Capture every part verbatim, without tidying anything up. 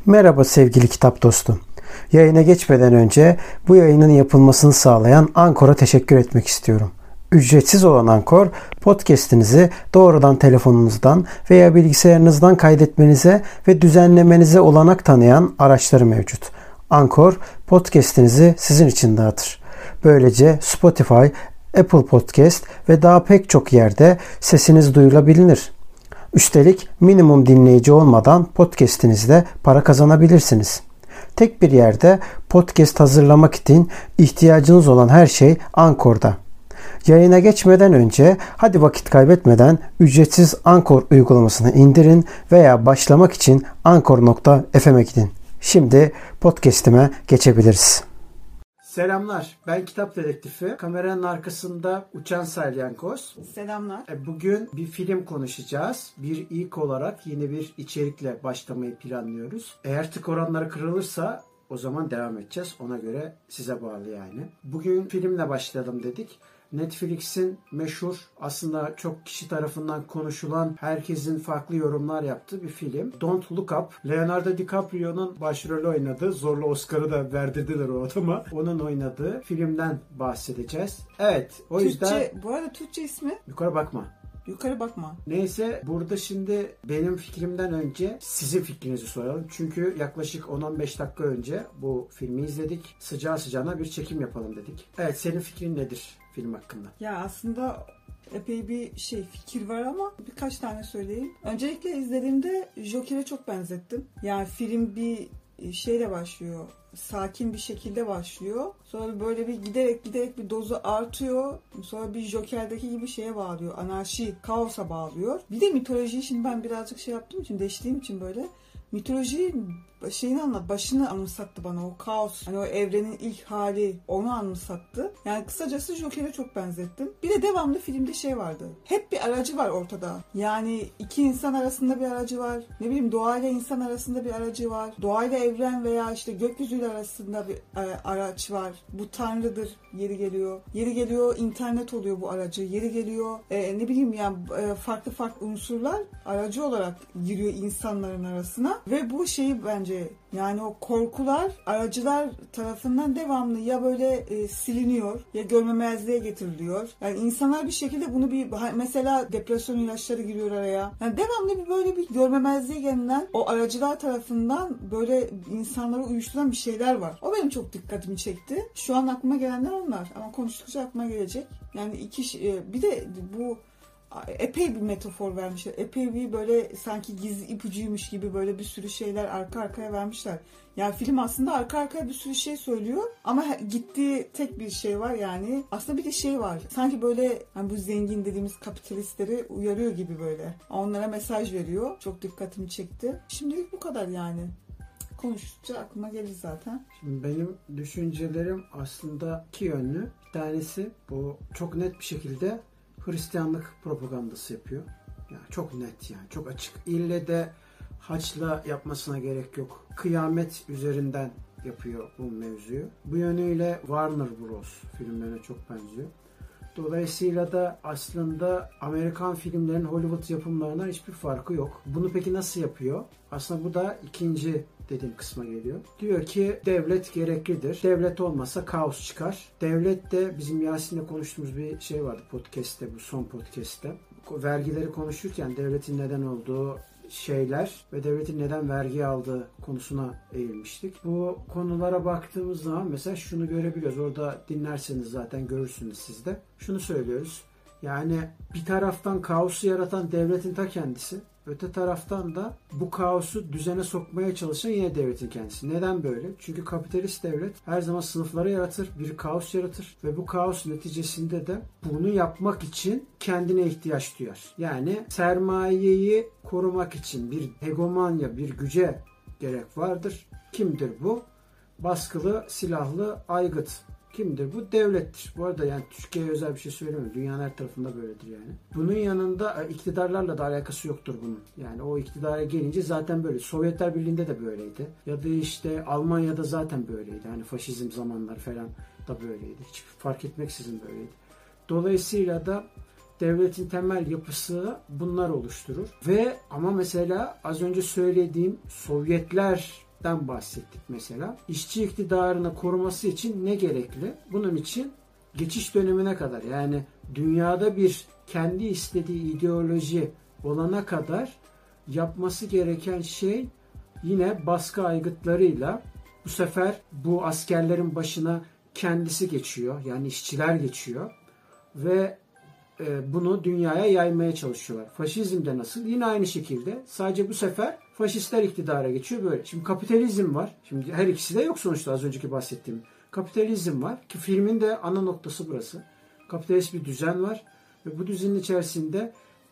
Merhaba sevgili kitap dostum. Yayına geçmeden önce bu yayının yapılmasını sağlayan Ankor'a teşekkür etmek istiyorum. Ücretsiz olan Ankor, podcast'inizi doğrudan telefonunuzdan veya bilgisayarınızdan kaydetmenize ve düzenlemenize olanak tanıyan araçları mevcut. Ankor, podcast'inizi sizin için dağıtır. Böylece Spotify, Apple Podcast ve daha pek çok yerde sesiniz duyulabilir. Üstelik minimum dinleyici olmadan podcast'inizde para kazanabilirsiniz. Tek bir yerde podcast hazırlamak için ihtiyacınız olan her şey Ankor'da. Yayına geçmeden önce hadi vakit kaybetmeden ücretsiz Ankor uygulamasını indirin veya başlamak için ankor nokta f m'e gidin. Şimdi podcast'ime geçebiliriz. Selamlar, ben Kitap Dedektifi. Kameranın arkasında Uçan Salyangoz. Selamlar. Bugün bir film konuşacağız. Bir ilk olarak yeni bir içerikle başlamayı planlıyoruz. Eğer tık oranları kırılırsa o zaman devam edeceğiz. Ona göre size bağlı yani. Bugün filmle başlayalım dedik. Netflix'in meşhur, aslında çok kişi tarafından konuşulan, herkesin farklı yorumlar yaptığı bir film. Don't Look Up. Leonardo DiCaprio'nun başrolü oynadığı, zorla Oscar'ı da verdirdiler o adama. Onun oynadığı filmden bahsedeceğiz. Evet, o Türkçe, yüzden... Bu arada Türkçe ismi? Yukarı bakma. Yukarı bakma. Neyse, burada şimdi benim fikrimden önce sizin fikrinizi soralım. Çünkü yaklaşık on on beş dakika önce bu filmi izledik. Sıcağı sıcağına bir çekim yapalım dedik. Evet, senin fikrin nedir film hakkında? Ya aslında epey bir şey fikir var ama birkaç tane söyleyeyim. Öncelikle izlediğimde Joker'e çok benzettim. Yani film bir şeyle başlıyor. Sakin bir şekilde başlıyor. Sonra böyle bir giderek giderek bir dozu artıyor. Sonra bir Joker'deki gibi şeye bağlıyor. Anarşi, kaosa bağlıyor. Bir de mitolojiyi şimdi ben birazcık şey yaptığım için, deştiğim için böyle mitoloji şeyini anlat, başını anımsattı bana, o kaos. Hani o evrenin ilk hali, onu anımsattı. Yani kısacası Joker'e çok benzettim. Bir de devamlı filmde şey vardı. Hep bir aracı var ortada. Yani iki insan arasında bir aracı var. Ne bileyim, doğayla insan arasında bir aracı var. Doğayla evren veya işte gökyüzüyle arasında bir e, araç var. Bu tanrıdır, yeri geliyor. Yeri geliyor internet oluyor bu aracı. Yeri geliyor e, ne bileyim yani e, farklı farklı unsurlar aracı olarak giriyor insanların arasına. Ve bu şeyi bence, yani o korkular aracılar tarafından devamlı ya böyle e, siliniyor ya görmemezliğe getiriliyor. Yani insanlar bir şekilde bunu bir, mesela depresyon ilaçları giriyor araya. Yani devamlı bir böyle bir görmemezliğe gelinen, o aracılar tarafından böyle insanları uyuşturan bir şeyler var. O benim çok dikkatimi çekti. Şu an aklıma gelenler onlar ama konuştukça aklıma gelecek. Yani iki e, bir de bu epey bir metafor vermişler. Epey bir böyle sanki gizli ipucuymuş gibi böyle bir sürü şeyler arka arkaya vermişler. Yani film aslında arka arkaya bir sürü şey söylüyor ama gittiği tek bir şey var yani. Aslında bir de şey var. Sanki böyle hani bu zengin dediğimiz kapitalistleri uyarıyor gibi böyle. Onlara mesaj veriyor. Çok dikkatimi çekti. Şimdilik bu kadar yani. Konuştukça aklıma gelir zaten. Şimdi benim düşüncelerim aslında iki yönlü. Bir tanesi, bu çok net bir şekilde Hristiyanlık propagandası yapıyor. Yani çok net, yani çok açık. İlle de haçla yapmasına gerek yok. Kıyamet üzerinden yapıyor bu mevzuyu. Bu yönüyle Warner Bros. Filmlerine çok benziyor. Dolayısıyla da aslında Amerikan filmlerin Hollywood yapımlarından hiçbir farkı yok. Bunu peki nasıl yapıyor? Aslında bu da ikinci dediğim kısma geliyor. Diyor ki devlet gereklidir. Devlet olmasa kaos çıkar. Devlet de bizim Yasin'le konuştuğumuz bir şey vardı podcast'te, bu son podcast'te. Vergileri konuşurken devletin neden olduğu şeyler ve devletin neden vergi aldığı konusuna eğilmiştik. Bu konulara baktığımız zaman mesela şunu görebiliyoruz. Orada dinlerseniz zaten görürsünüz siz de. Şunu söylüyoruz. Yani bir taraftan kaosu yaratan devletin ta kendisi. Öte taraftan da bu kaosu düzene sokmaya çalışan yine devletin kendisi. Neden böyle? Çünkü kapitalist devlet her zaman sınıfları yaratır, bir kaos yaratır ve bu kaos neticesinde de bunu yapmak için kendine ihtiyaç duyar. Yani sermayeyi korumak için bir hegemonya, bir güce gerek vardır. Kimdir bu? Baskılı, silahlı aygıt. Kimdir? Bu devlettir. Bu arada yani Türkiye'ye özel bir şey söylemiyorum. Dünyanın her tarafında böyledir yani. Bunun yanında iktidarlarla da alakası yoktur bunun. Yani o iktidara gelince zaten böyle. Sovyetler Birliği'nde de böyleydi. Ya da işte Almanya'da zaten böyleydi. Hani faşizm zamanları falan da böyleydi. Hiç fark etmeksizin böyleydi. Dolayısıyla da devletin temel yapısı bunlar oluşturur. Ve ama mesela az önce söylediğim Sovyetler devletten bahsettik mesela. İşçi iktidarını koruması için ne gerekli? Bunun için geçiş dönemine kadar, yani dünyada bir kendi istediği ideoloji olana kadar yapması gereken şey yine baskı aygıtlarıyla, bu sefer bu askerlerin başına kendisi geçiyor. Yani işçiler geçiyor ve e, bunu dünyaya yaymaya çalışıyorlar. Faşizm de nasıl? Yine aynı şekilde. Sadece bu sefer faşistler iktidara geçiyor böyle. Şimdi kapitalizm var. Şimdi her ikisi de yok sonuçta, az önceki bahsettiğim. Kapitalizm var ki filmin de ana noktası burası. Kapitalist bir düzen var ve bu düzenin içerisinde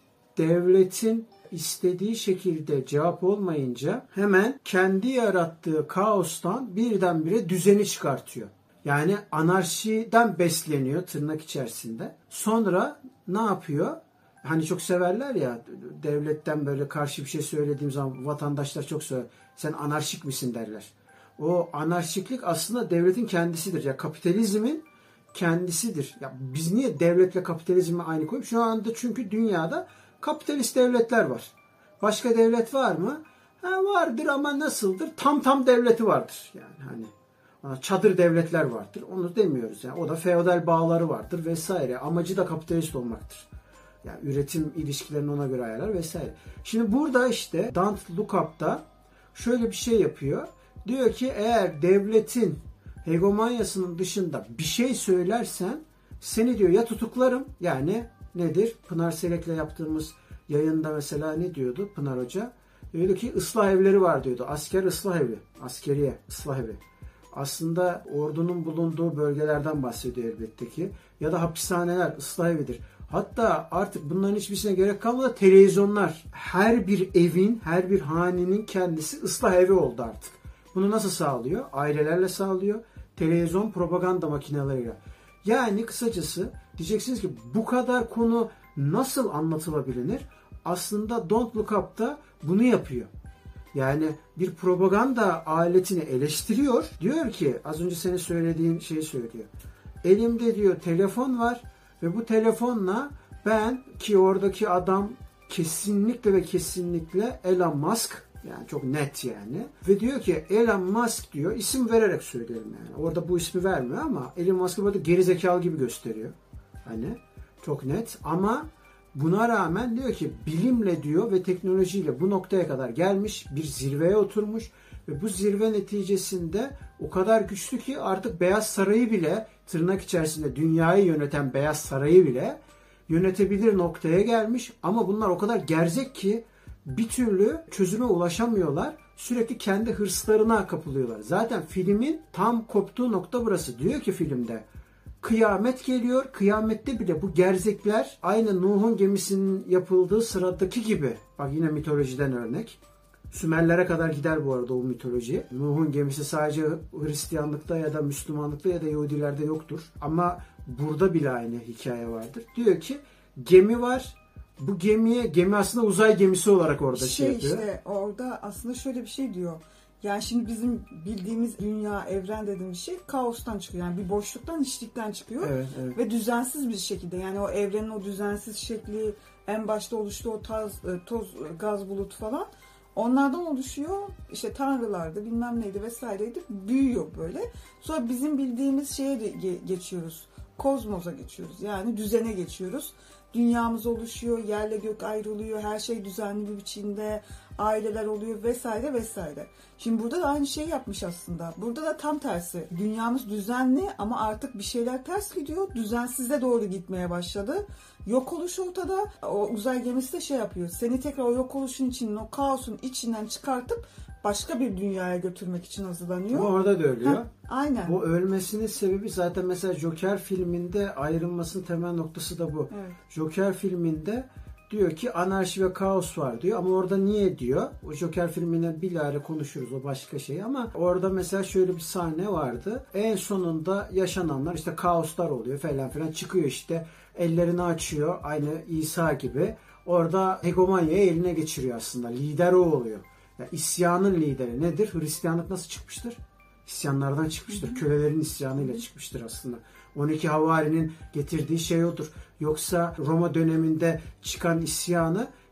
devletin istediği şekilde cevap olmayınca hemen kendi yarattığı kaostan birdenbire düzeni çıkartıyor. Yani anarşiden besleniyor tırnak içerisinde. Sonra ne yapıyor? Hani çok severler ya, devletten böyle karşı bir şey söylediğim zaman vatandaşlar çok söyler. Sen anarşik misin derler. O anarşiklik aslında devletin kendisidir. Ya kapitalizmin kendisidir. Ya biz niye devletle kapitalizmi aynı koyup? Şu anda çünkü dünyada kapitalist devletler var. Başka devlet var mı? Ha, vardır ama nasıldır? Tam tam devleti vardır. Yani hani çadır devletler vardır. Onu demiyoruz. Yani o da feodal bağları vardır vesaire. Amacı da kapitalist olmaktır. Yani üretim ilişkilerini ona göre ayarlar vesaire. Şimdi burada işte Don't Look Up'ta şöyle bir şey yapıyor. Diyor ki eğer devletin hegemonyasının dışında bir şey söylersen seni diyor ya tutuklarım, yani nedir? Pınar Selek'le yaptığımız yayında mesela ne diyordu Pınar Hoca? Diyordu ki ıslah evleri var diyordu. Asker ıslah evi. Askeriye ıslah evi. Aslında ordunun bulunduğu bölgelerden bahsediyor elbette ki. Ya da hapishaneler ıslah evidir. Hatta artık bunların hiçbirisine gerek kalmadı. Televizyonlar, her bir evin, her bir hanenin kendisi ıslah evi oldu artık. Bunu nasıl sağlıyor? Ailelerle sağlıyor. Televizyon propaganda makineleriyle. Yani kısacası diyeceksiniz ki bu kadar konu nasıl anlatılabilir? Aslında Don't Look Up'ta bunu yapıyor. Yani bir propaganda aletini eleştiriyor. Diyor ki az önce senin söylediğin şeyi söylüyor. Elimde diyor telefon var ve bu telefonla ben, ki oradaki adam kesinlikle ve kesinlikle Elon Musk, yani çok net yani. Ve diyor ki Elon Musk diyor, isim vererek söyleyelim yani. Orada bu ismi vermiyor ama Elon Musk'ı böyle gerizekalı gibi gösteriyor. Hani çok net ama buna rağmen diyor ki bilimle diyor ve teknolojiyle bu noktaya kadar gelmiş, bir zirveye oturmuş ve bu zirve neticesinde o kadar güçlü ki artık Beyaz Sarayı bile, tırnak içerisinde dünyayı yöneten Beyaz Sarayı bile yönetebilir noktaya gelmiş ama bunlar o kadar gerzek ki bir türlü çözüme ulaşamıyorlar. Sürekli kendi hırslarına kapılıyorlar. Zaten filmin tam koptuğu nokta burası. Diyor ki filmde kıyamet geliyor. Kıyamette bile bu gerzekler aynı Nuh'un gemisinin yapıldığı sıradaki gibi. Bak yine mitolojiden örnek. Sümerlere kadar gider bu arada o mitoloji. Nuh'un gemisi sadece Hristiyanlıkta ya da Müslümanlıkta ya da Yahudilerde yoktur. Ama burada bile aynı hikaye vardır. Diyor ki gemi var. Bu gemiye, gemi aslında uzay gemisi olarak orada şey, şey yapıyor. İşte orada aslında şöyle bir şey diyor. Yani şimdi bizim bildiğimiz dünya, evren dediğimiz şey kaostan çıkıyor. Yani bir boşluktan, hiçlikten çıkıyor. Evet, evet. Ve düzensiz bir şekilde. Yani o evrenin o düzensiz şekli, en başta oluştuğu o toz, toz gaz bulutu falan. Onlardan oluşuyor. İşte tanrılardı, bilmem neydi vesaireydi. Büyüyor böyle. Sonra bizim bildiğimiz şeye de geçiyoruz. Kozmosa geçiyoruz. Yani düzene geçiyoruz. Dünyamız oluşuyor, yerle gök ayrılıyor, her şey düzenli bir biçimde, aileler oluyor vesaire vesaire. Şimdi burada da aynı şeyi yapmış aslında. Burada da tam tersi. Dünyamız düzenli ama artık bir şeyler ters gidiyor. Düzensize doğru gitmeye başladı. Yok oluş ortada. O uzay gemisi de şey yapıyor. Seni tekrar o yok oluşun içinin, o kaosun içinden çıkartıp başka bir dünyaya götürmek için hazırlanıyor. Ama orada da ölüyor. Ha, aynen. Bu ölmesinin sebebi zaten mesela Joker filminde ayrılmasının temel noktası da bu. Evet. Joker filminde diyor ki anarşi ve kaos var diyor ama orada niye diyor? O Joker filmine bilahare konuşuruz, o başka şey ama orada mesela şöyle bir sahne vardı. En sonunda yaşananlar işte kaoslar oluyor falan filan, çıkıyor işte ellerini açıyor aynı İsa gibi. Orada hegemonyayı eline geçiriyor aslında. Lider o oluyor. Ya isyanın lideri nedir? Hristiyanlık nasıl çıkmıştır? İsyanlardan çıkmıştır. Hı hı. Kölelerin isyanıyla çıkmıştır aslında. on iki havarinin getirdiği şey odur. Yoksa Roma döneminde çıkan isyanı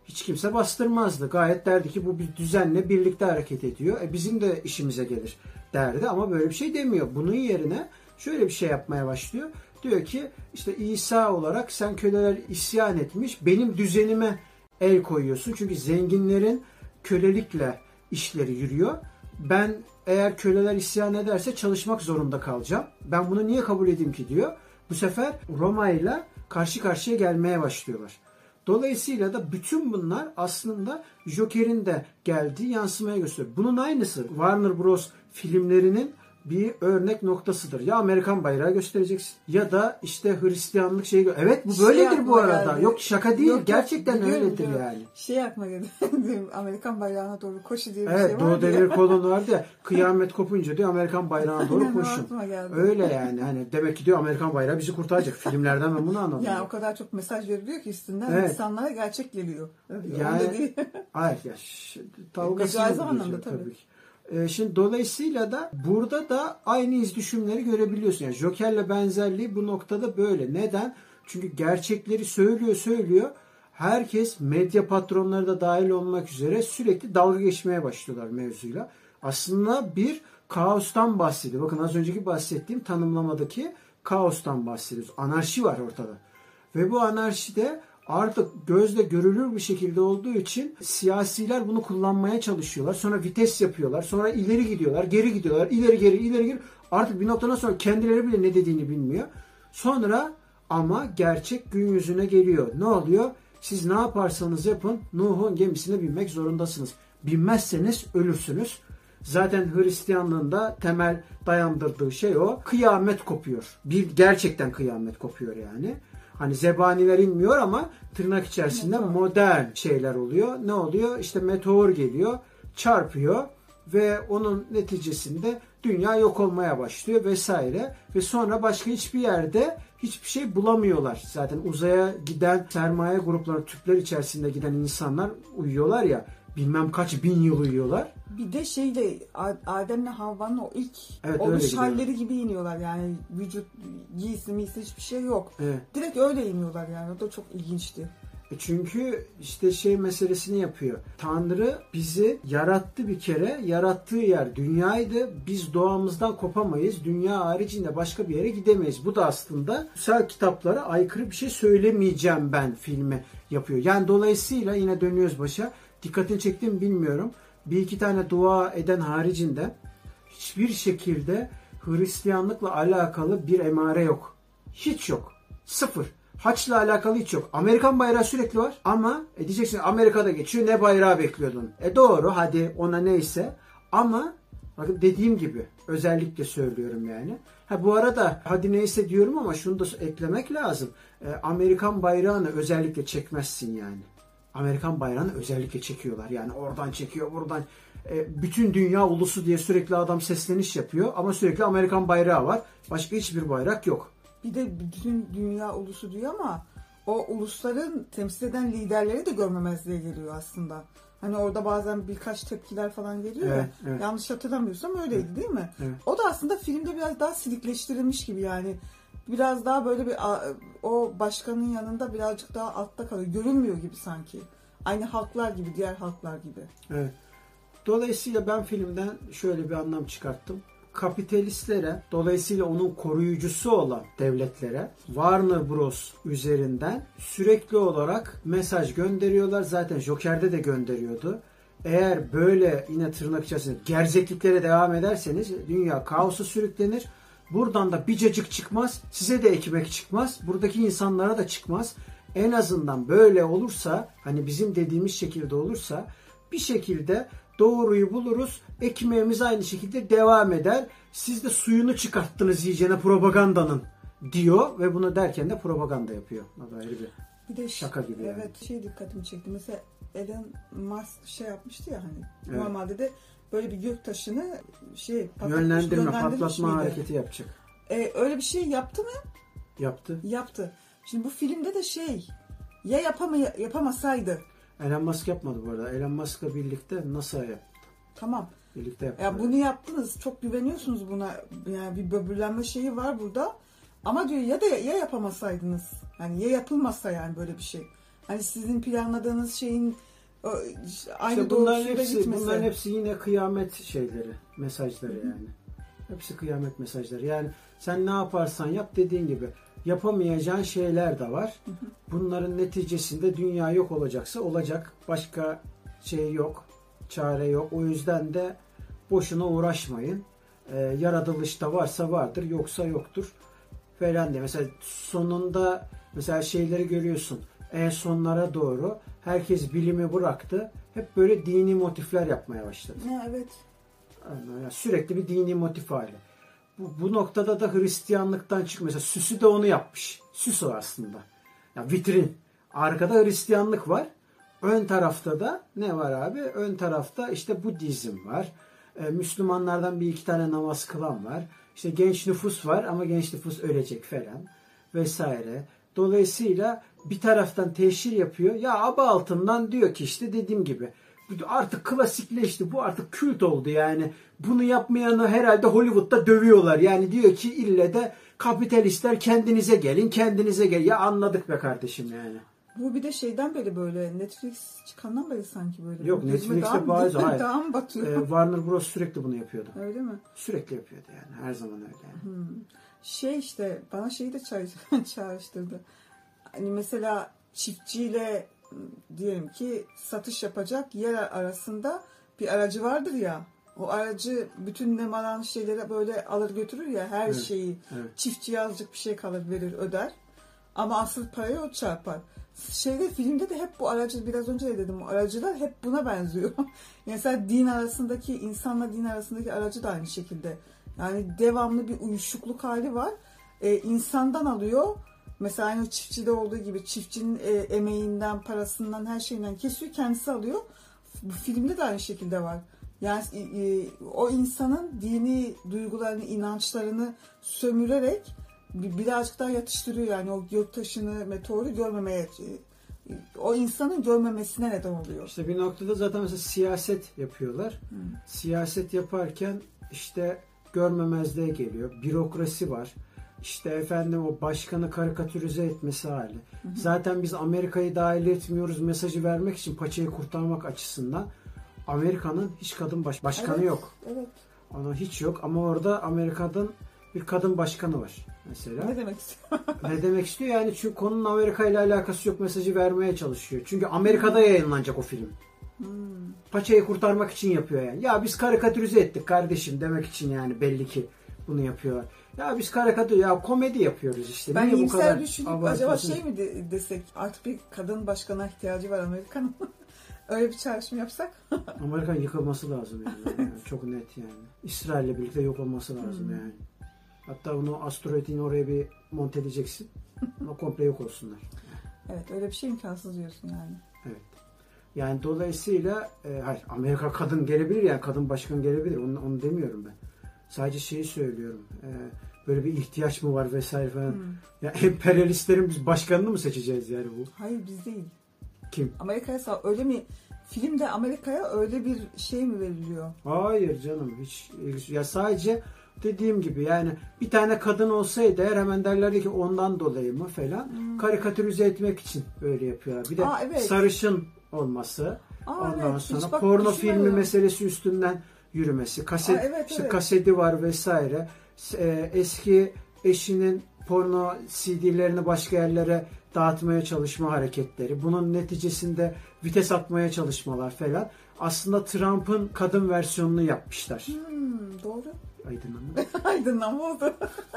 hiç kimse bastırmazdı. Gayet derdi ki bu bir düzenle birlikte hareket ediyor. E bizim de işimize gelir derdi ama böyle bir şey demiyor. Bunun yerine şöyle bir şey yapmaya başlıyor. Diyor ki işte İsa olarak sen köleler isyan etmiş, benim düzenime el koyuyorsun. Çünkü zenginlerin kölelikle işleri yürüyor. Ben eğer köleler isyan ederse çalışmak zorunda kalacağım. Ben bunu niye kabul edeyim ki diyor. Bu sefer Roma ile karşı karşıya gelmeye başlıyorlar. Dolayısıyla da bütün bunlar aslında Joker'in de geldiği yansımaya gösteriyor. Bunun aynısı Warner Bros. Filmlerinin bir örnek noktasıdır. Ya Amerikan bayrağı göstereceksin ya da işte Hristiyanlık şeyi. Evet bu böyledir şey bu arada. Geldi. Yok şaka değil. Yok, gerçekten yok, öyledir biliyorum. Yani. Şey aklıma geldi. Amerikan bayrağına doğru koşu diye bir evet, şey var. Evet Doğu Demir Kolon vardı ya. Kıyamet kopunca diyor Amerikan bayrağına doğru koşun. Öyle yani. Hani demek ki diyor Amerikan bayrağı bizi kurtaracak. Filmlerden ben bunu anladım. Ya o kadar çok mesaj veriliyor ki üstünden evet. insanlara gerçek geliyor. Yani hayır ya. Dalgasını anlamda tabii. tabii ki. Şimdi dolayısıyla da burada da aynı izdüşümleri görebiliyorsun. Yani Joker'le benzerliği bu noktada böyle. Neden? Çünkü gerçekleri söylüyor söylüyor. Herkes medya patronları da dahil olmak üzere sürekli dalga geçmeye başlıyorlar mevzuyla. Aslında bir kaostan bahsediyor. Bakın az önceki bahsettiğim tanımlamadaki kaostan bahsediyoruz. Anarşi var ortada. Ve bu anarşide artık gözle görülür bir şekilde olduğu için siyasiler bunu kullanmaya çalışıyorlar. Sonra vites yapıyorlar. Sonra ileri gidiyorlar, geri gidiyorlar. İleri geri, ileri geri. Artık bir noktadan sonra kendileri bile ne dediğini bilmiyor. Sonra ama gerçek gün yüzüne geliyor. Ne oluyor? Siz ne yaparsanız yapın Nuh'un gemisine binmek zorundasınız. Binmezseniz ölürsünüz. Zaten Hristiyanlığın da temel dayandırdığı şey o. Kıyamet kopuyor. Bir gerçekten kıyamet kopuyor yani. Hani zebaniler inmiyor ama tırnak içerisinde modern şeyler oluyor. Ne oluyor? İşte meteor geliyor, çarpıyor ve onun neticesinde dünya yok olmaya başlıyor vesaire. Ve sonra başka hiçbir yerde hiçbir şey bulamıyorlar. Zaten uzaya giden sermaye grupları, tüpler içerisinde giden insanlar uyuyorlar ya. Bilmem kaç bin yıl uyuyorlar. Bir de şeyle Adem'le Havva'nın o ilk evet, oluş halleri gibi iniyorlar yani vücut giysi miysi hiçbir şey yok. Evet. Direkt öyle iniyorlar yani o da çok ilginçti. E çünkü işte şey meselesini yapıyor. Tanrı bizi yarattı bir kere. Yarattığı yer dünyaydı. Biz doğamızdan kopamayız. Dünya haricinde başka bir yere gidemeyiz. Bu da aslında kutsal kitaplara aykırı bir şey söylemeyeceğim ben filmi yapıyor. Yani dolayısıyla yine dönüyoruz başa. Dikkatini çektim bilmiyorum. Bir iki tane dua eden haricinde hiçbir şekilde Hristiyanlıkla alakalı bir emare yok. Hiç yok. Sıfır. Haçla alakalı hiç yok. Amerikan bayrağı sürekli var ama e diyeceksin Amerika'da geçiyor ne bayrağı bekliyordun? E doğru hadi ona neyse ama bakın dediğim gibi özellikle söylüyorum yani. Ha bu arada hadi neyse diyorum ama şunu da eklemek lazım. E, Amerikan bayrağını özellikle çekmezsin yani. Amerikan bayrağını özellikle çekiyorlar. Yani oradan çekiyor, buradan. E, bütün dünya ulusu diye sürekli adam sesleniş yapıyor. Ama sürekli Amerikan bayrağı var. Başka hiçbir bayrak yok. Bir de bütün dünya ulusu diyor ama o ulusların temsil eden liderleri de görmemezliğe geliyor aslında. Hani orada bazen birkaç tepkiler falan geliyor evet, ya. Evet. Yanlış hatırlamıyorsam öyleydi evet. değil mi? Evet. O da aslında filmde biraz daha silikleştirilmiş gibi yani. Biraz daha böyle bir o başkanın yanında birazcık daha altta kalıyor. Görünmüyor gibi sanki. Aynı halklar gibi, diğer halklar gibi. Evet. Dolayısıyla ben filmden şöyle bir anlam çıkarttım. Kapitalistlere, dolayısıyla onun koruyucusu olan devletlere Warner Bros. Üzerinden sürekli olarak mesaj gönderiyorlar. Zaten Joker'de de gönderiyordu. Eğer böyle yine tırnak içerisinde gerzekliklere devam ederseniz dünya kaosa sürüklenir. Buradan da bir cacık çıkmaz. Size de ekmek çıkmaz. Buradaki insanlara da çıkmaz. En azından böyle olursa, hani bizim dediğimiz şekilde olursa bir şekilde doğruyu buluruz. Ekmeğimiz aynı şekilde devam eder. Siz de suyunu çıkarttınız iyicene propagandanın diyor ve bunu derken de propaganda yapıyor. O da ayrı bir, bir de şaka gibi. Evet, yani. Şey dikkatimi çekti. Mesela Elon Musk şey yapmıştı ya hani. Evet. Normalde de böyle bir göktaşını şey yönlendirme, patlatma miydi? Hareketi yapacak. Ee, öyle bir şey yaptı mı? Yaptı. Yaptı. Şimdi bu filmde de şey ya yapamay yapamasaydı. Elon Musk yapmadı bu arada. Elon Musk'la birlikte NASA'ya yaptı. Tamam. Birlikte yaptı. Ya bunu yaptınız. Çok güveniyorsunuz buna. Yani bir böbürlenme şeyi var burada. Ama diyor ya da ya yapamasaydınız. Yani ya yapılmazsa yani böyle bir şey. Hani sizin planladığınız şeyin o, aynı İşte bunların doğrultusunda hepsi, gitmesi. bunların hepsi yine kıyamet şeyleri, mesajları yani. Hepsi kıyamet mesajları. Yani sen ne yaparsan yap, dediğin gibi yapamayacağın şeyler de var. Bunların neticesinde dünya yok olacaksa olacak. Başka şey yok. Çare yok. O yüzden de boşuna uğraşmayın. Ee, yaratılışta varsa vardır, yoksa yoktur falan diye. Mesela sonunda mesela şeyleri görüyorsun. En sonlara doğru herkes bilimi bıraktı. Hep böyle dini motifler yapmaya başladı. Ha, evet. Yani sürekli bir dini motif hali. Bu, bu noktada da Hristiyanlıktan çıkıyor. Mesela süsü de onu yapmış. Süs o aslında. Ya vitrin. Arkada Hristiyanlık var. Ön tarafta da ne var abi? Ön tarafta işte Budizm var. Ee, Müslümanlardan bir iki tane namaz kılan var. İşte genç nüfus var ama genç nüfus ölecek falan vesaire. Dolayısıyla bir taraftan teşhir yapıyor. Ya aba altından diyor ki işte dediğim gibi artık klasikleşti. Bu artık kült oldu yani. Bunu yapmayanı herhalde Hollywood'da dövüyorlar. Yani diyor ki ille de kapitalistler kendinize gelin, kendinize gel. Ya anladık be kardeşim yani. Bu bir de şeyden beri böyle Netflix çıkandan beri sanki böyle. Yok, Netflix'te bazı hayır. Daha mı batıyor? Ee, Warner Bros sürekli bunu yapıyordu. Öyle mi? Sürekli yapıyordu yani. Her zaman öyle yani. Hmm. Şey işte bana şeyi de çağrıştırdı. Hani mesela çiftçiyle diyelim ki satış yapacak yer arasında bir aracı vardır ya. O aracı bütün nemalan şeylere böyle alır götürür ya, her evet, şeyi. Evet. Çiftçiye azıcık bir şey kalır, verir, öder. Ama asıl parayı o çarpar. Şeyde, filmde de hep bu aracı, biraz önce de dedim, aracılar hep buna benziyor. Mesela din arasındaki, insanla din arasındaki aracı da aynı şekilde. Yani devamlı bir uyuşukluk hali var. Ee, insandan alıyor. Mesela aynı çiftçide olduğu gibi çiftçinin e, emeğinden, parasından, her şeyinden kesiyor, kendisi alıyor. Bu filmde de aynı şekilde var. Yani e, o insanın dini duygularını, inançlarını sömürerek birazcık daha yatıştırıyor. Yani o göktaşını, meteoru görmemeye, o insanın görmemesine neden oluyor. İşte bir noktada zaten mesela siyaset yapıyorlar. Hmm. Siyaset yaparken işte görmemezliğe geliyor. Bürokrasi var. İşte efendim o başkanı karikatürize etmesi hali. Hı hı. Zaten biz Amerika'yı dahil etmiyoruz mesajı vermek için, paçayı kurtarmak açısından Amerika'nın hiç kadın baş, başkanı evet, yok. Evet. Ona hiç yok ama orada Amerika'nın bir kadın başkanı var mesela. Ne demek istiyor? Ne demek istiyor? Yani çünkü konunun Amerika ile alakası yok mesajı vermeye çalışıyor. Çünkü Amerika'da yayınlanacak o film. Hmm. Paçayı kurtarmak için yapıyor yani. Ya biz karikatürize ettik kardeşim demek için yani belli ki bunu yapıyorlar. Ya biz karikatür, ya komedi yapıyoruz işte. Ben niye bu iyimser kadar düşünüp acaba şey mi de, desek, artık bir kadın başkana ihtiyacı var Amerika'nın. Öyle bir çağrışım yapsak. Amerika'nın yıkılması lazım yani. yani. Çok net yani. İsrail'le birlikte yok olması lazım hmm. yani. Hatta onu asteroidini oraya bir monte edeceksin. Ama komple yok olsunlar. Evet, öyle bir şey imkansız diyorsun yani. Evet. Yani dolayısıyla e, hayır, Amerika kadın gelebilir yani, kadın başkan gelebilir. Onu, onu demiyorum ben. Sadece şeyi söylüyorum. E, böyle bir ihtiyaç mı var vesaire falan. Hmm. Ya emperyalistlerin biz başkanını mı seçeceğiz yani bu? Hayır, biz değil. Kim? Amerika'ya öyle mi? Filmde Amerika'ya öyle bir şey mi veriliyor? Hayır canım, hiç. Ya sadece dediğim gibi yani bir tane kadın olsaydı eğer hemen derlerdi ki ondan dolayı mı falan. Hmm. Karikatürize etmek için böyle yapıyorlar. Bir de Aa, evet. sarışın olması. Aa, ondan evet. sonra bak, porno filmi meselesi üstünden yürümesi. Kaset, Aa, evet, işte evet. kaseti var vesaire. Ee, eski eşinin porno C D'lerini başka yerlere dağıtmaya çalışma hareketleri. Bunun neticesinde vites atmaya çalışmalar falan. Aslında Trump'ın kadın versiyonunu yapmışlar. Hmm, doğru. Aydınlanma. Aydınlanma oldu.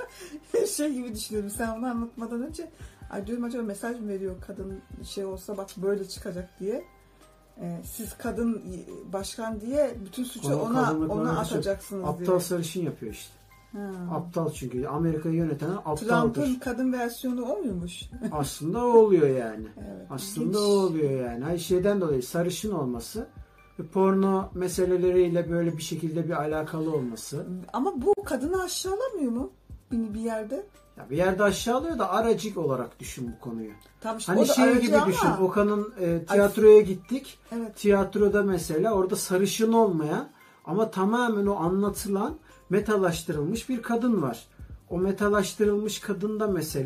Şey gibi düşünüyorum. Sen bunu anlatmadan önce ay diyorum acaba mesaj mı veriyor kadın şey olsa bak böyle çıkacak diye. Ee, siz kadın başkan diye bütün suçu o, ona ona atacaksınız aptal diye. Aptal sarışın yapıyor işte. Ha. Aptal çünkü. Amerika'yı yöneten aptaldır. Trump'ın kadın versiyonu o muymuş? Aslında o oluyor yani. Evet, Aslında ilginç. o oluyor yani. Hayır, şeyden dolayı sarışın olması ve porno meseleleriyle böyle bir şekilde bir alakalı olması. Ama bu kadını aşağılamıyor mu bir, bir yerde? Ya bir yerde aşağılıyor da aracık olarak düşün bu konuyu. Tamam işte, hani şey gibi ama... düşün. Okan'ın e, tiyatroya gittik. Evet. Tiyatroda mesela orada sarışın olmayan ama tamamen o anlatılan metalaştırılmış bir kadın var. O metalaştırılmış kadında mesela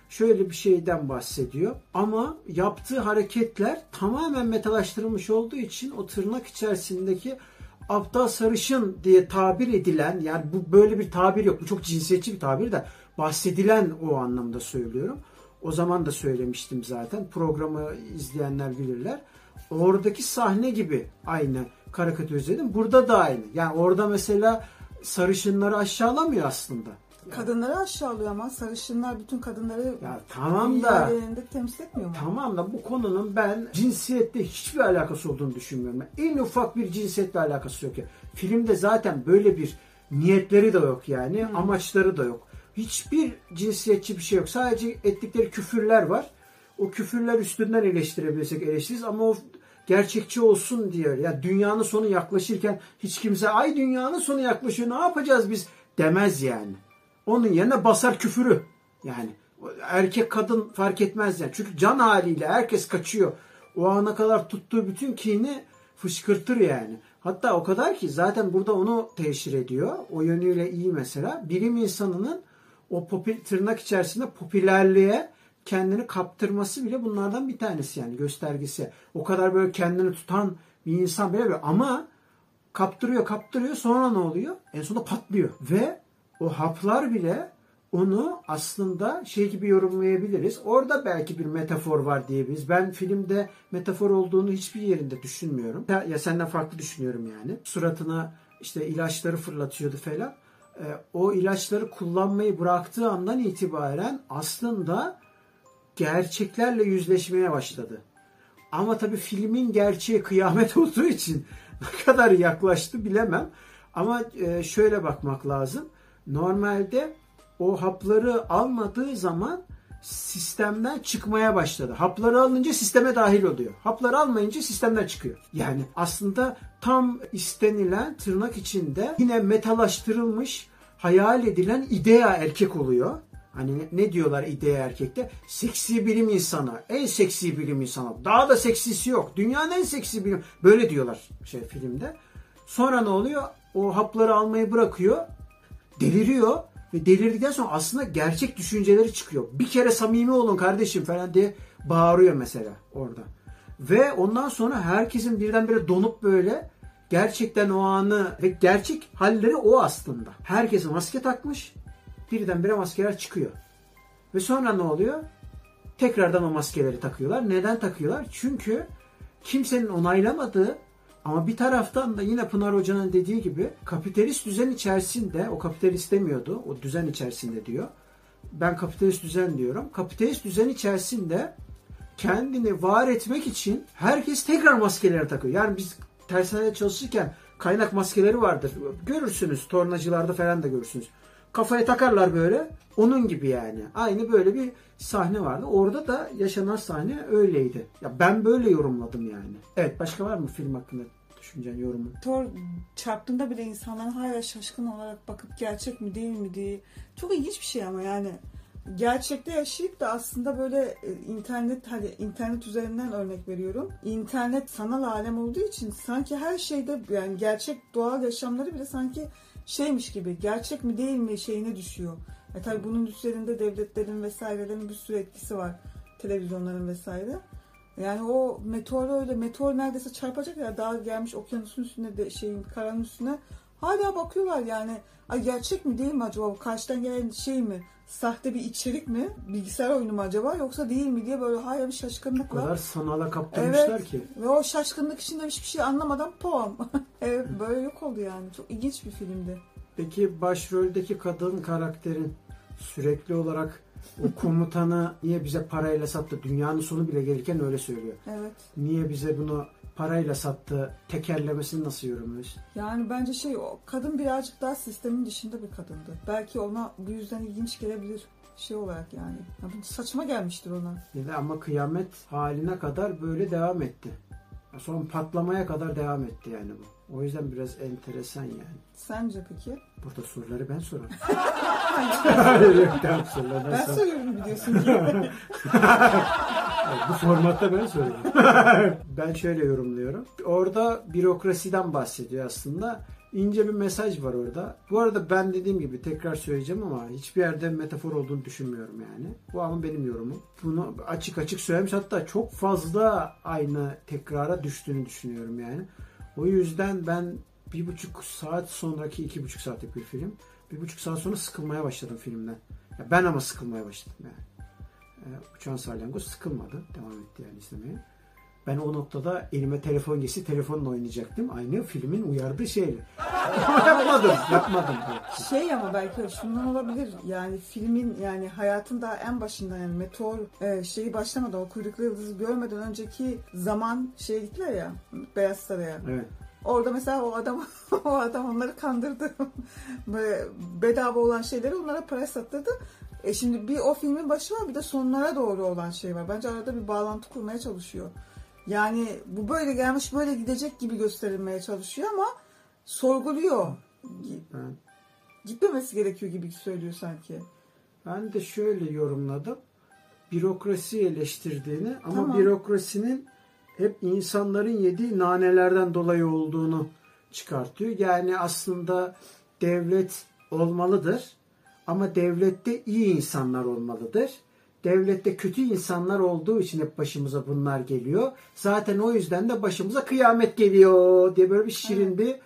şöyle bir şeyden bahsediyor. Ama yaptığı hareketler tamamen metalaştırılmış olduğu için o tırnak içerisindeki aptal sarışın diye tabir edilen, yani bu böyle bir tabir yok. Bu çok cinsiyetçi bir tabir de bahsedilen o anlamda söylüyorum. O zaman da söylemiştim zaten. Programı izleyenler bilirler. Oradaki sahne gibi aynı karikatürize. Burada da aynı. Yani orada mesela sarışınları aşağılamıyor aslında. Kadınları aşağılıyor ama sarışınlar bütün kadınları ya tamam da temsil etmiyor mu? Tamam da bu konunun ben cinsiyetle hiçbir alakası olduğunu düşünmüyorum. En ufak bir cinsiyetle alakası yok ya. Filmde zaten böyle bir niyetleri de yok yani. Hmm. Amaçları da yok. Hiçbir cinsiyetçi bir şey yok. Sadece ettikleri küfürler var. O küfürler üstünden eleştirebilirsek eleştiririz ama o gerçekçi olsun diye. Ya dünyanın sonu yaklaşırken hiç kimse ay dünyanın sonu yaklaşıyor ne yapacağız biz demez yani. Onun yerine basar küfürü. Yani erkek kadın fark etmez yani. Çünkü can haliyle herkes kaçıyor. O ana kadar tuttuğu bütün kini fışkırtır yani. Hatta o kadar ki zaten burada onu teşhir ediyor. O yönüyle iyi mesela. Bilim insanının o popül, tırnak içerisinde popülerliğe kendini kaptırması bile bunlardan bir tanesi yani göstergesi. O kadar böyle kendini tutan bir insan bile böyle ama kaptırıyor kaptırıyor sonra ne oluyor? En sonunda patlıyor. Ve o haplar bile onu aslında şey gibi yorumlayabiliriz. Orada belki bir metafor var diyebiliriz. Ben filmde metafor olduğunu hiçbir yerinde düşünmüyorum. Ya, ya senden farklı düşünüyorum yani. Suratına işte ilaçları fırlatıyordu falan. Ee, o ilaçları kullanmayı bıraktığı andan itibaren aslında gerçeklerle yüzleşmeye başladı. Ama tabii filmin gerçeği kıyamet olduğu için ne kadar yaklaştı bilemem. Ama e, şöyle bakmak lazım. Normalde o hapları almadığı zaman sistemden çıkmaya başladı. Hapları alınca sisteme dahil oluyor. Hapları almayınca sistemden çıkıyor. Yani aslında tam istenilen tırnak içinde yine metalaştırılmış, hayal edilen idea erkek oluyor. Hani ne diyorlar idea erkekte? Seksi bilim insanı. En seksi bilim insanı. Daha da seksisi yok. Dünyanın en seksi bilim. Böyle diyorlar şey filmde. Sonra ne oluyor? O hapları almayı bırakıyor. Deliriyor. Ve delirdikten sonra aslında gerçek düşünceleri çıkıyor. Bir kere samimi olun kardeşim falan diye bağırıyor mesela orada. Ve ondan sonra herkesin birdenbire donup böyle gerçekten o anı ve gerçek halleri o aslında. Herkes maske takmış. Birdenbire maskeler çıkıyor. Ve sonra ne oluyor? Tekrardan o maskeleri takıyorlar. Neden takıyorlar? Çünkü kimsenin onaylamadığı ama bir taraftan da yine Pınar Hoca'nın dediği gibi kapitalist düzen içerisinde, o kapitalist demiyordu, o düzen içerisinde diyor. Ben kapitalist düzen diyorum. Kapitalist düzen içerisinde kendini var etmek için herkes tekrar maskeleri takıyor. Yani biz tersanede çalışırken kaynak maskeleri vardır. Görürsünüz, tornacılarda falan da görürsünüz. Kafaya takarlar böyle. Onun gibi yani. Aynı böyle bir sahne vardı. Orada da yaşanan sahne öyleydi. Ya ben böyle yorumladım yani. Evet, başka var mı film hakkında düşüncen, yorumun? Thor çarptığında bile insanların hala şaşkın olarak bakıp gerçek mi değil mi diye. Çok ilginç bir şey ama yani. Gerçekte yaşayıp da aslında böyle internet, hani internet üzerinden örnek veriyorum. İnternet sanal alem olduğu için sanki her şeyde yani gerçek doğal yaşamları bile sanki şeymiş gibi, gerçek mi değil mi şeyine düşüyor. E tabii bunun üzerinde devletlerin vesairelerin bir sürü etkisi var. Televizyonların vesaire. Yani o meteor öyle, meteor neredeyse çarpacak ya, daha gelmiş okyanusun üstüne de şeyin karanın üstüne. Hala bakıyorlar yani. Ay gerçek mi değil mi acaba? Bu karşıdan gelen şey mi? Sahte bir içerik mi? Bilgisayar oyunu mu acaba? Yoksa değil mi diye böyle hala bir şaşkınlıkla. O kadar sanala kaptırmışlar evet, ki. Ve o şaşkınlık içinde hiçbir şey anlamadan pom. Evet, böyle yok oldu yani. Çok ilginç bir filmdi. Peki başroldeki kadın karakterin sürekli olarak o komutanı niye bize parayla sattı? Dünyanın sonu bile gelirken öyle söylüyor. Evet. Niye bize bunu parayla sattı? Tekerlemesini nasıl yorumluyorsun? Yani bence şey, o kadın birazcık daha sistemin dışında bir kadındı. Belki ona bu yüzden ilginç gelebilir şey olarak yani. Ya bu saçma gelmiştir ona. Ya da ama kıyamet haline kadar böyle devam etti. Son patlamaya kadar devam etti yani bu. O yüzden biraz enteresan yani. Sence peki? Burada soruları ben sorarım. Hayır. Yok, tamam, soruları ben, ben sor- soruyorum biliyorsun ki. Bu formatta ben soruyorum. Ben şöyle yorumluyorum. Orada bürokrasiden bahsediyor aslında. ince bir mesaj var orada. Bu arada ben dediğim gibi tekrar söyleyeceğim ama hiçbir yerde metafor olduğunu düşünmüyorum yani. Bu ama benim yorumum. Bunu açık açık söylemiş. Hatta çok fazla aynı tekrara düştüğünü düşünüyorum yani. O yüzden ben bir buçuk saat sonraki iki buçuk saatlik bir film. Bir buçuk saat sonra sıkılmaya başladım filmden. Ya ben ama sıkılmaya başladım yani. Ee, Uçan Salyangoz sıkılmadı. Devam etti yani izlemeye. Ben o noktada elime telefon geçti, telefonla oynayacaktım. Aynı filmin uyardığı şeyle. yapmadım, yapmadım. Şey ama belki şundan olabilir. Yani filmin yani hayatın daha en başında yani meteor e, şeyi başlamadan o kuyruklu yıldızı görmeden önceki zaman şeye gittiler ya Beyaz Saray'a. Evet. Orada mesela o adam o adam onları kandırdı. Böyle bedava olan şeyleri onlara para sattırdı. E şimdi bir o filmin başı var bir de sonlara doğru olan şey var. Bence arada bir bağlantı kurmaya çalışıyor. Yani bu böyle gelmiş böyle gidecek gibi gösterilmeye çalışıyor ama sorguluyor. Ben, Gitmemesi gerekiyor gibi söylüyor sanki. ben de şöyle yorumladım. Bürokrasi eleştirdiğini ama Tamam. bürokrasinin hep insanların yediği nanelerden dolayı olduğunu çıkartıyor. Yani aslında devlet olmalıdır ama devlette iyi insanlar olmalıdır. Devlette kötü insanlar olduğu için hep başımıza bunlar geliyor. Zaten o yüzden de başımıza kıyamet geliyor diye böyle bir şirin bir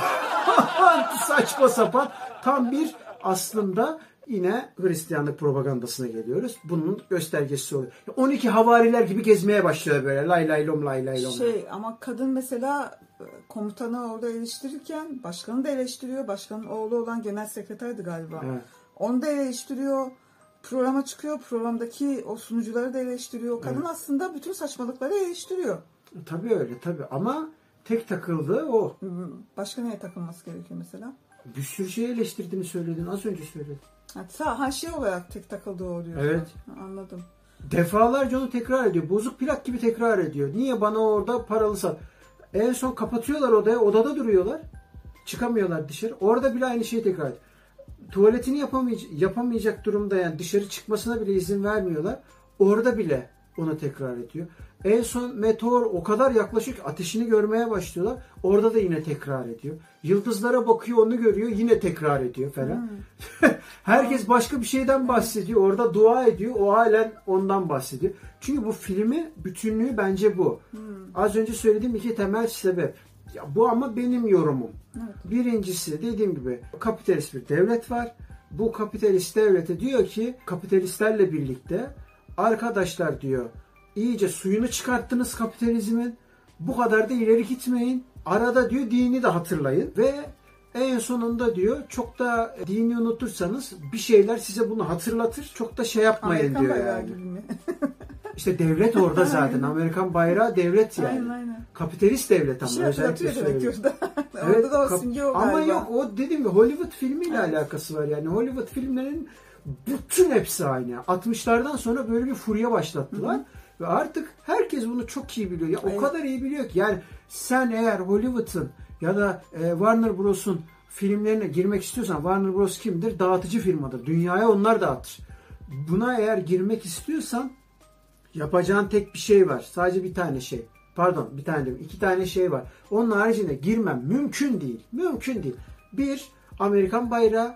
saçma sapan tam bir aslında yine Hristiyanlık propagandasına geliyoruz. Bunun göstergesi oluyor. on iki havariler gibi gezmeye başlıyor böyle lay lay lom lay lay lom. Şey ama kadın mesela komutanı orada eleştirirken başkanı da eleştiriyor. Başkanın oğlu olan genel sekreterdi galiba. Evet. Onu da eleştiriyor. Programa çıkıyor. Programdaki o sunucuları da eleştiriyor. Kadın Evet. aslında bütün saçmalıkları eleştiriyor. Tabii öyle tabii ama tek takıldığı o. Başka neye takılması gerekiyor mesela? Bir sürü şey eleştirdiğini söyledin. Az önce söyledin. Ha, ha şey olarak tek takıldığı o diyor. Evet. Ha, anladım. Defalarca onu tekrar ediyor. Bozuk plak gibi tekrar ediyor. Niye bana orada paralı sat? En son kapatıyorlar odaya. Odada duruyorlar. Çıkamıyorlar dışarı. Orada bile aynı şeyi tekrar ediyor. Tuvaletini yapamayacak, yapamayacak durumda yani dışarı çıkmasına bile izin vermiyorlar. Orada bile onu tekrar ediyor. En son meteor o kadar yaklaşık ki ateşini görmeye başlıyorlar. Orada da yine tekrar ediyor. Yıldızlara bakıyor onu görüyor yine tekrar ediyor falan. Hmm. Herkes başka bir şeyden bahsediyor. Orada dua ediyor. O halen ondan bahsediyor. Çünkü bu filmi bütünlüğü bence bu. Hmm. Az önce söylediğim iki temel sebep. Ya bu ama benim yorumum. Evet. Birincisi dediğim gibi kapitalist bir devlet var. Bu kapitalist devlete diyor ki kapitalistlerle birlikte arkadaşlar diyor iyice suyunu çıkarttınız kapitalizmin. Bu kadar da ileri gitmeyin. Arada diyor dini de hatırlayın ve en sonunda diyor çok da dini unutursanız bir şeyler size bunu hatırlatır. Çok da şey yapmayın Amerikan diyor bayrağı yani. gibi mi? İşte devlet orada zaten. Amerikan bayrağı devlet yani. Aynen, aynen. Kapitalist devlet ama. Bir şey hatırlatıyor demek ki orada. Evet, orada da o kap- simge o ama galiba. yok o dediğim gibi Hollywood filmiyle Evet. alakası var yani. Hollywood filmlerin bütün hepsi aynı. altmışlardan sonra böyle bir furya başlattılar. Hı-hı. Ve artık herkes bunu çok iyi biliyor. Ya o evet. kadar iyi biliyor ki yani sen eğer Hollywood'un ya da e, Warner Bros'un filmlerine girmek istiyorsan Warner Bros kimdir? Dağıtıcı firmadır. Dünyaya onlar dağıtır. Buna eğer girmek istiyorsan yapacağın tek bir şey var. Sadece bir tane şey. Pardon bir tane değil. iki tane şey var. Onun haricinde girmem mümkün değil. Mümkün değil. Bir, Amerikan bayrağı.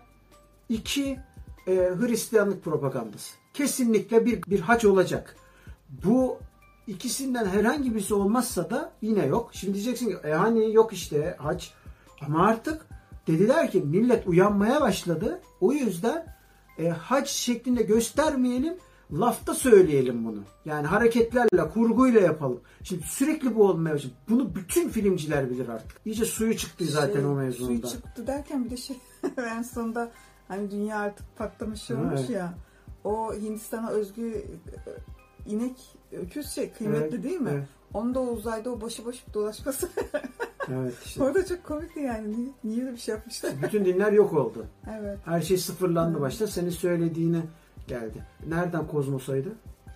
İki, e, Hristiyanlık propagandası. Kesinlikle bir, bir haç olacak. Bu ikisinden herhangi birisi olmazsa da yine yok. Şimdi diyeceksin ki e, hani yok işte haç. Ama artık dediler ki millet uyanmaya başladı. O yüzden e, haç şeklinde göstermeyelim. Lafta söyleyelim bunu. Yani hareketlerle, kurguyla yapalım. Şimdi sürekli bu olmaya başladı. Bunu bütün filmciler bilir artık. İyice suyu çıktı zaten şey, o mevzunda. Suyu çıktı derken bir de şey en sonunda hani dünya artık patlamış olmuş evet. ya. O Hindistan'a özgü inek, öküz şey kıymetli evet, değil mi? Evet. Onu da uzayda o başı başı dolaşması. Evet işte. Orada çok komikti yani. Niye, niye öyle bir şey yapmışlar? Bütün dinler yok oldu. Evet. Her şey sıfırlandı evet. başta. Senin söylediğine geldi. Nereden kozmosaydı?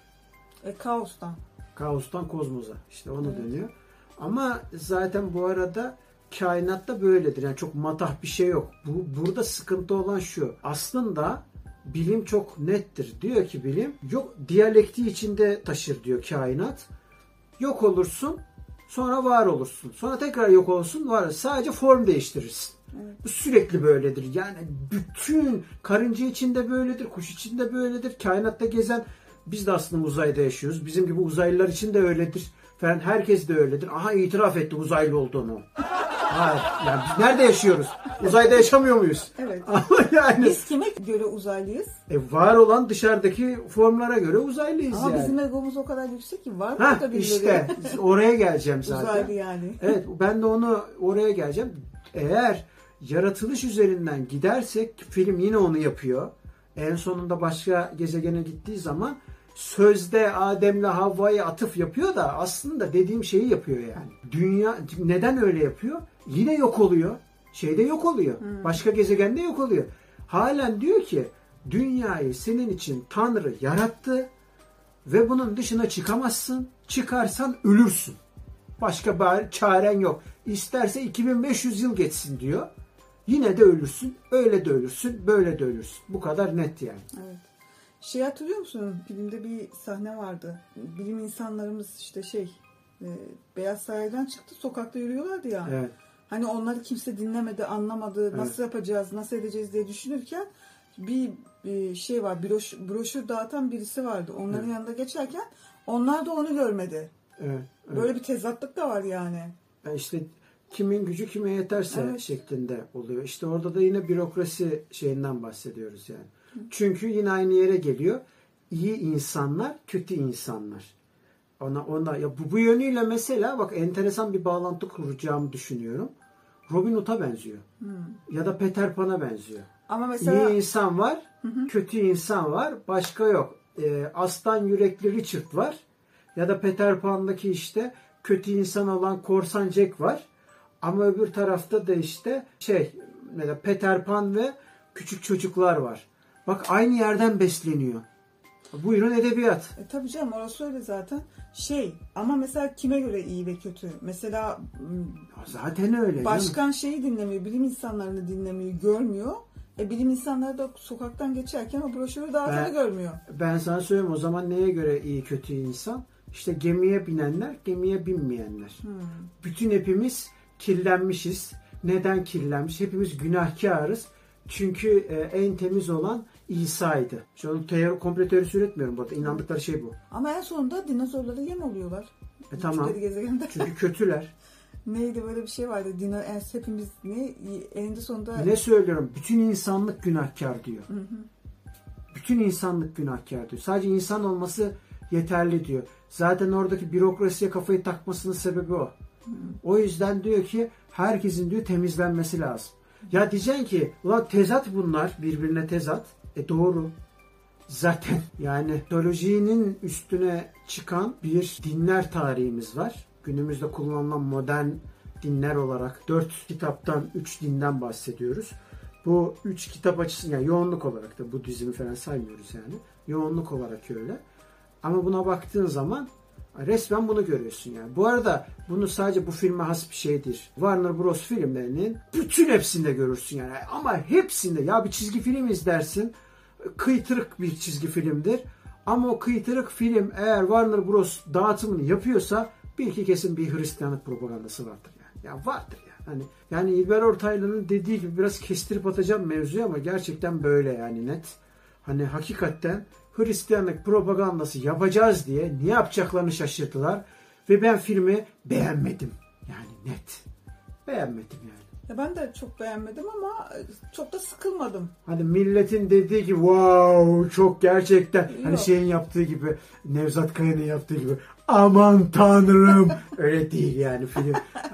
E, kaostan. Kaostan kozmosa. İşte onu evet. dönüyor. Ama zaten bu arada kainatta böyledir. Yani çok matah bir şey yok. Bu burada sıkıntı olan şu. Aslında bilim çok nettir. Diyor ki bilim yok diyalektiği içinde taşır diyor kainat. Yok olursun, sonra var olursun. Sonra tekrar yok olursun, var. Sadece form değiştirirsin. Evet. Bu sürekli böyledir. Yani bütün karınca içinde böyledir, kuş içinde böyledir, kainatta gezen biz de aslında uzayda yaşıyoruz. Bizim gibi uzaylılar için de öyledir. Falan herkes de öyledir. Aha itiraf etti uzaylı olduğunu. Hayır. Yani biz nerede yaşıyoruz? Uzayda yaşamıyor muyuz? Evet. Ama yani Biz kime göre uzaylıyız? e, var olan dışarıdaki formlara göre uzaylıyız Ama yani. bizim egomuz o kadar yüksek ki var mı Hah, da birileri? işte oraya geleceğim zaten. Uzaylı yani. Evet ben de onu oraya geleceğim. Eğer yaratılış üzerinden gidersek film yine onu yapıyor. En sonunda başka gezegene gittiği zaman sözde Adem'le Havva'ya atıf yapıyor da aslında dediğim şeyi yapıyor yani. Dünya neden öyle yapıyor? Yine yok oluyor. Şeyde yok oluyor. Hmm. Başka gezegende yok oluyor. Halen diyor ki dünyayı senin için Tanrı yarattı ve bunun dışına çıkamazsın. Çıkarsan ölürsün. Başka bir çaren yok. İsterse iki bin beş yüz yıl geçsin diyor. Yine de ölürsün. Öyle de ölürsün. Böyle de ölürsün. Bu kadar net yani. Evet. Şey hatırlıyor musun? Filmde bir sahne vardı. Bilim insanlarımız işte şey e, Beyaz Saray'dan çıktı. Sokakta yürüyorlardı ya. Evet. Hani onları kimse dinlemedi, anlamadı. Evet. Nasıl yapacağız, nasıl edeceğiz diye düşünürken bir, bir şey var. Broşür, broşür dağıtan birisi vardı. Onların Evet. yanında geçerken onlar da onu görmedi. Evet. Evet. Böyle bir tezatlık da var yani. Yani işte kimin gücü kime yeterse Evet. şeklinde oluyor. İşte orada da yine bürokrasi şeyinden bahsediyoruz yani. Hı. Çünkü yine aynı yere geliyor. İyi insanlar, kötü insanlar. Ona ona ya bu, bu yönüyle mesela bak enteresan bir bağlantı kuracağımı düşünüyorum. Robin Hood'a benziyor. Hmm. Ya da Peter Pan'a benziyor. Ama mesela İyi insan var, hı hı. kötü insan var, başka yok. Ee, aslan yürekli Richard var. Ya da Peter Pan'daki işte kötü insan olan Korsan Jack var. Ama öbür tarafta da işte şey mesela Peter Pan ve küçük çocuklar var. Bak aynı yerden besleniyor. Buyurun edebiyat. E, tabii canım orası öyle zaten. Şey ama mesela kime göre iyi ve kötü? Mesela zaten öyle. Başkan şeyi dinlemiyor, bilim insanlarını dinlemiyor, görmüyor. E bilim insanları da sokaktan geçerken o broşürü dağıtanı ben, görmüyor. Ben sana söyleyeyim o zaman neye göre iyi kötü insan? İşte gemiye binenler, gemiye binmeyenler. Hmm. Bütün hepimiz kirlenmişiz. Neden kirlenmiş? Hepimiz günahkarız. Çünkü en temiz olan İsa'ydı. Şu an teori, komple teorisi üretmiyorum bu arada. İnandıkları şey bu. Ama en sonunda dinozorlara yem oluyorlar. E tamam. Çünkü kötüler. Neydi böyle bir şey vardı. Dino, hepimiz ne? Eninde sonunda... Ne söylüyorum? Bütün insanlık günahkar diyor. Hı hı. Bütün insanlık günahkar diyor. Sadece insan olması yeterli diyor. Zaten oradaki bürokrasiye kafayı takmasının sebebi o. Hı. O yüzden diyor ki herkesin diyor temizlenmesi lazım. Ya diyeceksin ki ulan tezat bunlar. Birbirine tezat. E doğru. Zaten yani teolojinin üstüne çıkan bir dinler tarihimiz var. Günümüzde kullanılan modern dinler olarak dört kitaptan üç dinden bahsediyoruz. Bu üç kitap açısından yani yoğunluk olarak da Budizmi falan saymıyoruz yani. Yoğunluk olarak öyle. Ama buna baktığın zaman resmen bunu görüyorsun yani. Bu arada bunu sadece bu filme has bir şeydir. Warner Bros. Filmlerinin bütün hepsinde görürsün yani. Ama hepsinde ya bir çizgi film izlersin. Kıytırık bir çizgi filmdir. Ama o kıytırık film eğer Warner Bros. Dağıtımını yapıyorsa bil ki kesin bir Hristiyanlık propagandası vardır yani. Ya vardır yani. Hani yani İlber Ortaylı'nın dediği gibi biraz kestirip atacağım mevzuyu ama gerçekten böyle yani net. Hani hakikaten Hristiyanlık propagandası yapacağız diye ne yapacaklarını şaşırdılar ve ben filmi beğenmedim. Yani net. Beğenmedim yani. Ya ben de çok beğenmedim ama çok da sıkılmadım. Hani milletin dediği gibi wow çok gerçekten Yok. Hani şeyin yaptığı gibi Nevzat Kaya'nın yaptığı gibi aman tanrım öyle değil yani film.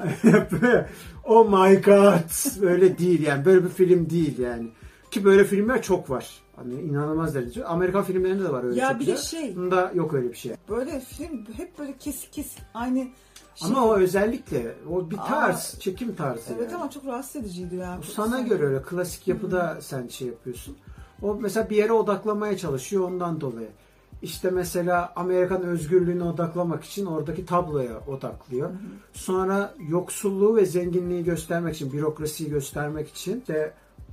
Oh my god öyle değil yani böyle bir film değil yani. Ki böyle filmler çok var. Hani inanılmaz derece. Amerikan filmlerinde de var öyle ya çok bir güzel. de şey. Bunda yok öyle bir şey. Böyle film hep böyle kesik kesik aynı şey. Ama o özellikle o bir tarz, Aa, çekim tarzı evet yani. ama çok rahatsız ediciydi ya. Sana sen... göre öyle klasik yapıda hmm. sen şey yapıyorsun. O mesela bir yere odaklamaya çalışıyor ondan dolayı. İşte mesela Amerikan özgürlüğüne odaklamak için oradaki tabloya odaklıyor. Hmm. Sonra yoksulluğu ve zenginliği göstermek için, bürokrasiyi göstermek için de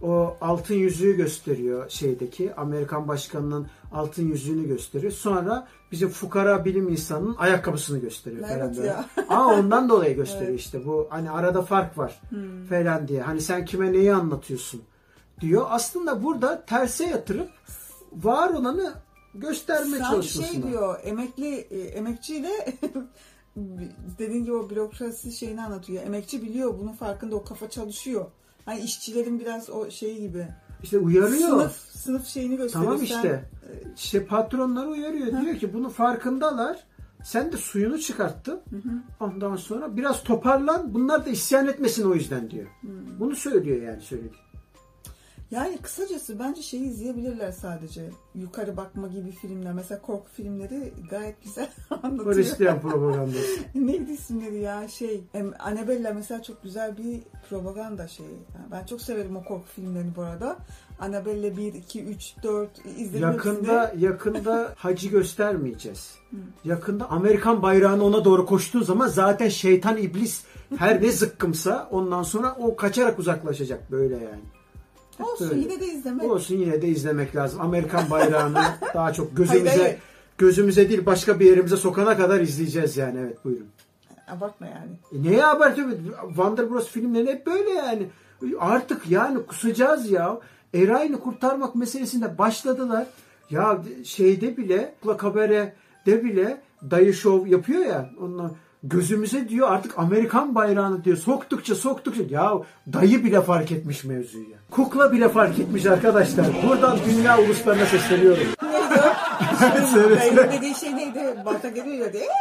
o altın yüzüğü gösteriyor şeydeki. Amerikan başkanının altın yüzüğünü gösteriyor. Sonra bizim fukara bilim insanının ayakkabısını gösteriyor Evet falan böyle. ya. Ama ondan dolayı gösteriyor Evet. işte. Bu hani arada fark var Hmm. falan diye. Hani sen kime neyi anlatıyorsun diyor. Aslında burada terse yatırıp var olanı gösterme Sen çalışmasına. şey diyor, emekli e, emekçiyle dediğin gibi o bürokrasi şeyini anlatıyor. Emekçi biliyor, bunun farkında, o kafa çalışıyor. Hani işçilerin biraz o şeyi gibi. İşte uyarıyor. Sınıf, sınıf şeyini gösteriyor. Tamam işte. Sen, İşte patronları uyarıyor. Hı. Diyor ki bunu farkındalar. Sen de suyunu çıkarttın. Hı hı. Ondan sonra biraz toparlan. Bunlar da isyan etmesin o yüzden diyor. Hı. Bunu söylüyor yani söyledi. Yani kısacası bence şeyi izleyebilirler sadece. Yukarı bakma gibi filmler. Mesela korku filmleri gayet güzel anlatıyor. Hristiyan propagandası. Neydi isimleri ya? Şey, em, Annabella mesela çok güzel bir propaganda şeyi. Yani ben çok severim o korku filmlerini bu arada. Annabella bir, iki, üç, dört izledim. Yakında hepsini. yakında hacı göstermeyeceğiz. Hı. Yakında Amerikan bayrağını ona doğru koştuğu zaman zaten şeytan iblis her ne zıkkımsa ondan sonra o kaçarak uzaklaşacak böyle yani. Hep Olsun böyle. yine de izlemek. Olsun yine de izlemek lazım. Amerikan bayrağını daha çok gözümüze Hayır, hayır. gözümüze değil başka bir yerimize sokana kadar izleyeceğiz yani. Evet buyurun. Abartma yani. E neye abartıyor? Wonder Bros filmleri hep böyle yani. Artık yani kusacağız ya. Eray'ını kurtarmak meselesinde başladılar. Ya şeyde bile, Kabare''de bile dayı şov yapıyor ya. Onunla gözümüze diyor artık Amerikan bayrağını diyor. Soktukça soktukça ya dayı bile fark etmiş mevzuyu ya. Kukla bile fark etmiş arkadaşlar. Buradan dünya uluslarına sesleniyorum. Neydi o? Evet, söyle, Dayının söyle. dediği şey neydi? Balta geliyor ya diye.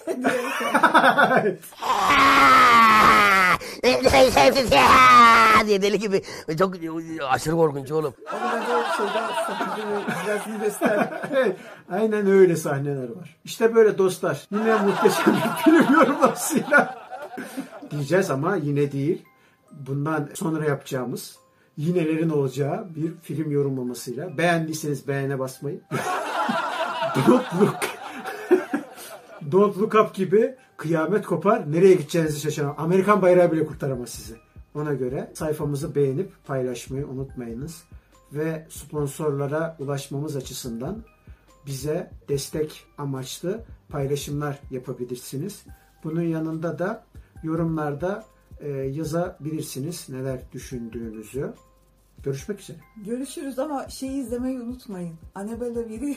diye deli gibi. Çok aşırı korkunç oğlum. O da bence şeyden sakıncı birazını göster. Evet, aynen öyle sahneler var. İşte böyle dostlar. Yine muhteşem bir film yorumlamasıyla diyeceğiz ama yine değil. Bundan sonra yapacağımız yinelerin olacağı bir film yorumlamasıyla. Beğendiyseniz beğene basmayı. Don't look. Don't look up gibi kıyamet kopar. Nereye gideceğinizi şaşırın. Amerikan bayrağı bile kurtaramaz sizi. Ona göre sayfamızı beğenip paylaşmayı unutmayınız. Ve sponsorlara ulaşmamız açısından bize destek amaçlı paylaşımlar yapabilirsiniz. Bunun yanında da yorumlarda e, yazabilirsiniz neler düşündüğünüzü. Görüşmek üzere. Görüşürüz ama şeyi izlemeyi unutmayın. Annabella biri.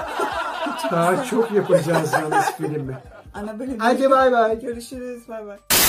Daha çok yapacağız yalnız filmi. Annabella biri. Hadi bay bay. Görüşürüz. Bay bay.